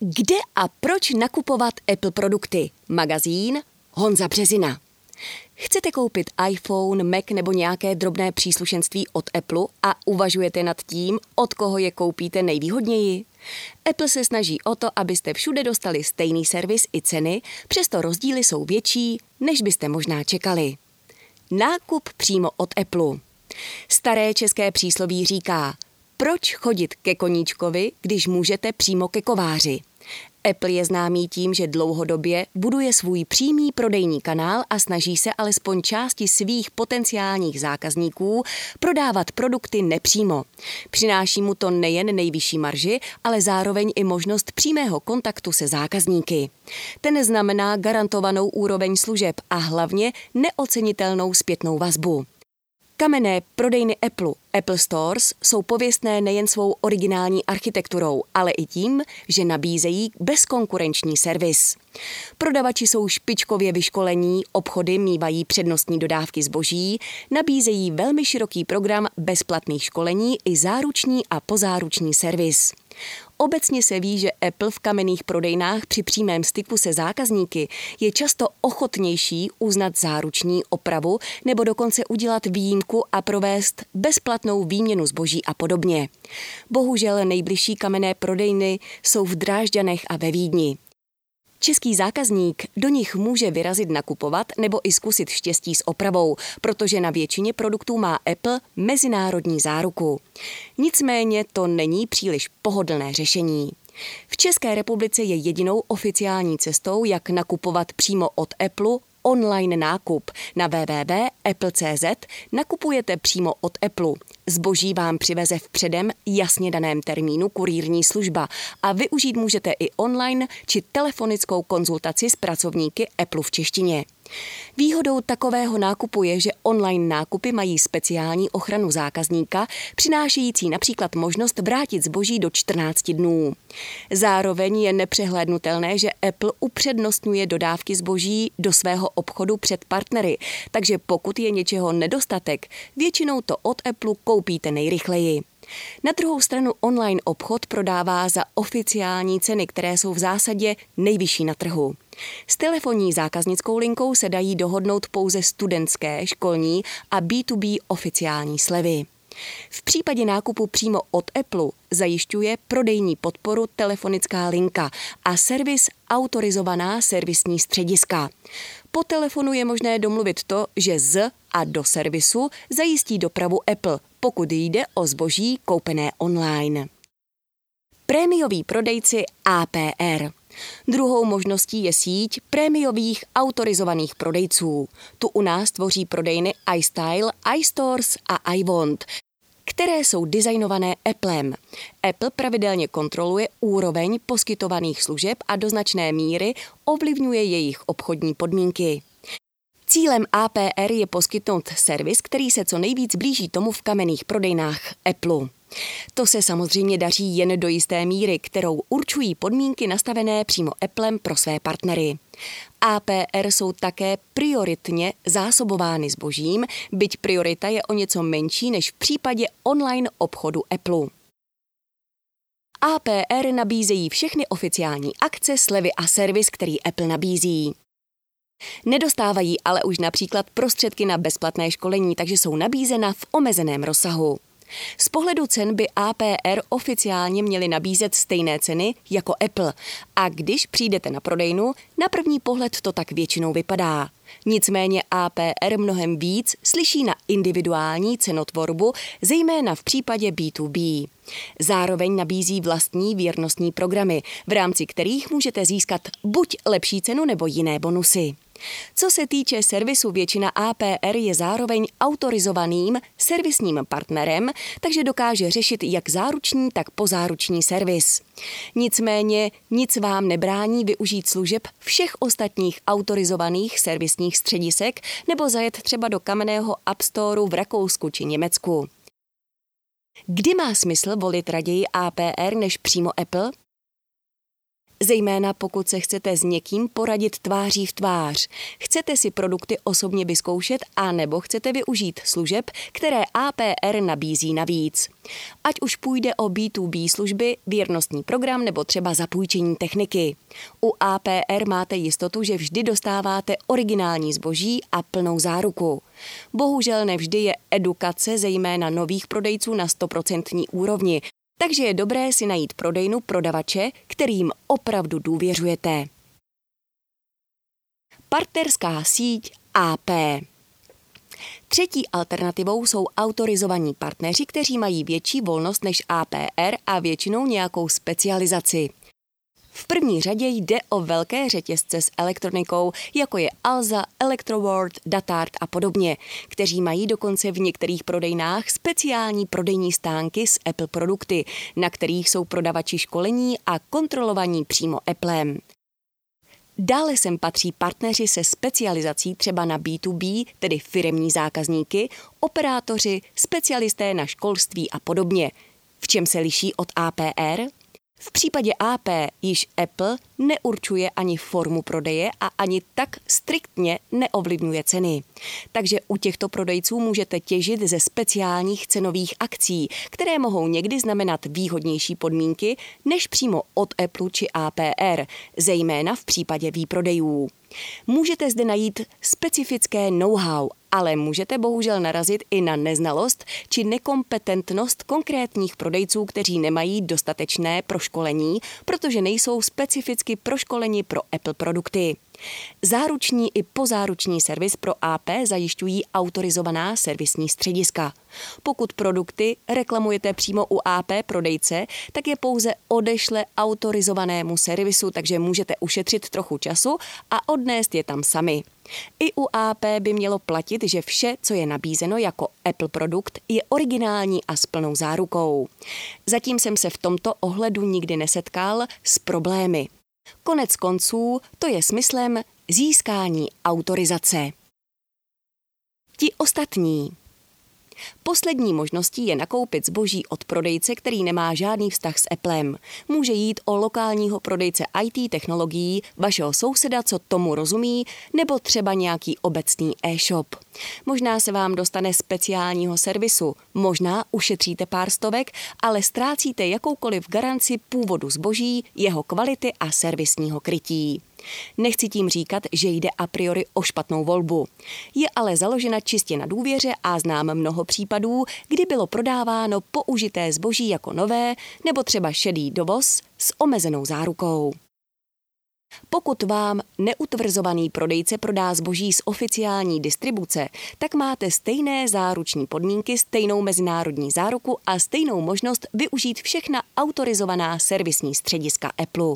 Kde a proč nakupovat Apple produkty? Magazín Honza Březina. Chcete koupit iPhone, Mac nebo nějaké drobné příslušenství od Apple a uvažujete nad tím, od koho je koupíte nejvýhodněji? Apple se snaží o to, abyste všude dostali stejný servis i ceny, přesto rozdíly jsou větší, než byste možná čekali. Nákup přímo od Apple. Staré české přísloví říká: proč chodit ke koníčkovi, když můžete přímo ke kováři? Apple je známý tím, že dlouhodobě buduje svůj přímý prodejní kanál a snaží se alespoň části svých potenciálních zákazníků prodávat produkty nepřímo. Přináší mu to nejen nejvyšší marži, ale zároveň i možnost přímého kontaktu se zákazníky. Ten znamená garantovanou úroveň služeb a hlavně neocenitelnou zpětnou vazbu. Kamenné prodejny Apple Stores, jsou pověstné nejen svou originální architekturou, ale i tím, že nabízejí bezkonkurenční servis. Prodavači jsou špičkově vyškolení, obchody mívají přednostní dodávky zboží, nabízejí velmi široký program bezplatných školení i záruční a pozáruční servis. Obecně se ví, že Apple v kamenných prodejnách při přímém styku se zákazníky je často ochotnější uznat záruční opravu nebo dokonce udělat výjimku a provést bezplatnou výměnu zboží a podobně. Bohužel nejbližší kamenné prodejny jsou v Drážďanech a ve Vídni. Český zákazník do nich může vyrazit nakupovat nebo i zkusit štěstí s opravou, protože na většině produktů má Apple mezinárodní záruku. Nicméně to není příliš pohodlné řešení. V České republice je jedinou oficiální cestou, jak nakupovat přímo od Apple, online nákup. Na www.apple.cz nakupujete přímo od Apple. Zboží vám přiveze v předem jasně daném termínu kurýrní služba a využít můžete i online či telefonickou konzultaci s pracovníky Apple v češtině. Výhodou takového nákupu je, že online nákupy mají speciální ochranu zákazníka, přinášející například možnost vrátit zboží do 14 dnů. Zároveň je nepřehlédnutelné, že Apple upřednostňuje dodávky zboží do svého obchodu před partnery, takže pokud je něčeho nedostatek, většinou to od Apple koupíte nejrychleji. Na druhou stranu online obchod prodává za oficiální ceny, které jsou v zásadě nejvyšší na trhu. S telefonní zákaznickou linkou se dají dohodnout pouze studentské, školní a B2B oficiální slevy. V případě nákupu přímo od Apple zajišťuje prodejní podporu telefonická linka a servis autorizovaná servisní střediska. Po telefonu je možné domluvit to, že z a do servisu zajistí dopravu Apple, pokud jde o zboží koupené online. Prémiový prodejci APR. Druhou možností je síť prémiových autorizovaných prodejců. Tu u nás tvoří prodejny iStyle, iStores a iWant, které jsou designované Applem. Apple pravidelně kontroluje úroveň poskytovaných služeb a do značné míry ovlivňuje jejich obchodní podmínky. Cílem APR je poskytnout servis, který se co nejvíc blíží tomu v kamenných prodejnách Apple. To se samozřejmě daří jen do jisté míry, kterou určují podmínky nastavené přímo Applem pro své partnery. APR jsou také prioritně zásobovány zbožím, byť priorita je o něco menší než v případě online obchodu Apple. APR nabízejí všechny oficiální akce, slevy a servis, který Apple nabízí. Nedostávají ale už například prostředky na bezplatné školení, takže jsou nabízena v omezeném rozsahu. Z pohledu cen by APR oficiálně měly nabízet stejné ceny jako Apple a když přijdete na prodejnu, na první pohled to tak většinou vypadá. Nicméně APR mnohem víc slyší na individuální cenotvorbu, zejména v případě B2B. Zároveň nabízí vlastní věrnostní programy, v rámci kterých můžete získat buď lepší cenu nebo jiné bonusy. Co se týče servisu, většina APR je zároveň autorizovaným servisním partnerem, takže dokáže řešit jak záruční, tak pozáruční servis. Nicméně nic vám nebrání využít služeb všech ostatních autorizovaných servisních středisek nebo zajet třeba do kamenného App Storeu v Rakousku či Německu. Kdy má smysl volit raději APR než přímo Apple? Zejména pokud se chcete s někým poradit tváří v tvář, chcete si produkty osobně vyzkoušet a nebo chcete využít služeb, které APR nabízí navíc. Ať už půjde o B2B služby, věrnostní program nebo třeba zapůjčení techniky. U APR máte jistotu, že vždy dostáváte originální zboží a plnou záruku. Bohužel nevždy je edukace zejména nových prodejců na 100% úrovni, takže je dobré si najít prodejnu prodavače, kterým opravdu důvěřujete. Partnerská síť AP. Třetí alternativou jsou autorizovaní partneři, kteří mají větší volnost než APR a většinou nějakou specializaci. V první řadě jde o velké řetězce s elektronikou, jako je Alza, Electroworld, Datart a podobně, kteří mají dokonce v některých prodejnách speciální prodejní stánky s Apple produkty, na kterých jsou prodavači školení a kontrolovaní přímo Applem. Dále sem patří partneři se specializací třeba na B2B, tedy firemní zákazníky, operátoři, specialisté na školství a podobně. V čem se liší od APR? V případě AP již Apple neurčuje ani formu prodeje a ani tak striktně neovlivňuje ceny. Takže u těchto prodejců můžete těžit ze speciálních cenových akcí, které mohou někdy znamenat výhodnější podmínky než přímo od Apple či APR, zejména v případě výprodejů. Můžete zde najít specifické know-how, ale můžete bohužel narazit i na neznalost či nekompetentnost konkrétních prodejců, kteří nemají dostatečné proškolení, protože nejsou specificky proškoleni pro Apple produkty. Záruční i pozáruční servis pro AP zajišťují autorizovaná servisní střediska. Pokud produkty reklamujete přímo u AP prodejce, tak je pouze odešle autorizovanému servisu, takže můžete ušetřit trochu času a odnést je tam sami. I u AP by mělo platit, že vše, co je nabízeno jako Apple produkt, je originální a s plnou zárukou. Zatím jsem se v tomto ohledu nikdy nesetkal s problémy. Konec konců to je smyslem získání autorizace. Ti ostatní. Poslední možností je nakoupit zboží od prodejce, který nemá žádný vztah s Applem. Může jít o lokálního prodejce IT technologií, vašeho souseda, co tomu rozumí, nebo třeba nějaký obecný e-shop. Možná se vám dostane speciálního servisu, možná ušetříte pár stovek, ale ztrácíte jakoukoliv garanci původu zboží, jeho kvality a servisního krytí. Nechci tím říkat, že jde a priori o špatnou volbu. Je ale založena čistě na důvěře a znám mnoho případů, kdy bylo prodáváno použité zboží jako nové nebo třeba šedý dovoz s omezenou zárukou. Pokud vám neutvrzovaný prodejce prodá zboží z oficiální distribuce, tak máte stejné záruční podmínky, stejnou mezinárodní záruku a stejnou možnost využít všechna autorizovaná servisní střediska Apple.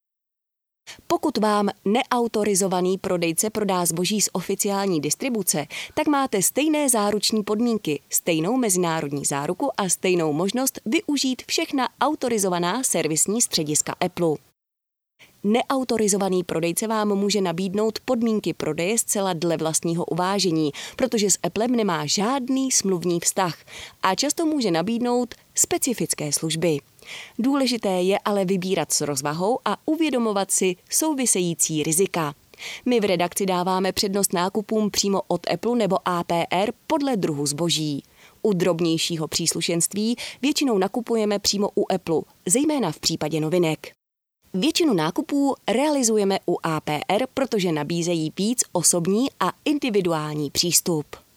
Pokud vám neautorizovaný prodejce prodá zboží z oficiální distribuce, tak máte stejné záruční podmínky, stejnou mezinárodní záruku a stejnou možnost využít všechna autorizovaná servisní střediska Apple. Neautorizovaný prodejce vám může nabídnout podmínky prodeje zcela dle vlastního uvážení, protože s Applem nemá žádný smluvní vztah a často může nabídnout specifické služby. Důležité je ale vybírat s rozvahou a uvědomovat si související rizika. My v redakci dáváme přednost nákupům přímo od Apple nebo APR podle druhu zboží. U drobnějšího příslušenství většinou nakupujeme přímo u Apple, zejména v případě novinek. Většinu nákupů realizujeme u APR, protože nabízejí víc osobní a individuální přístup.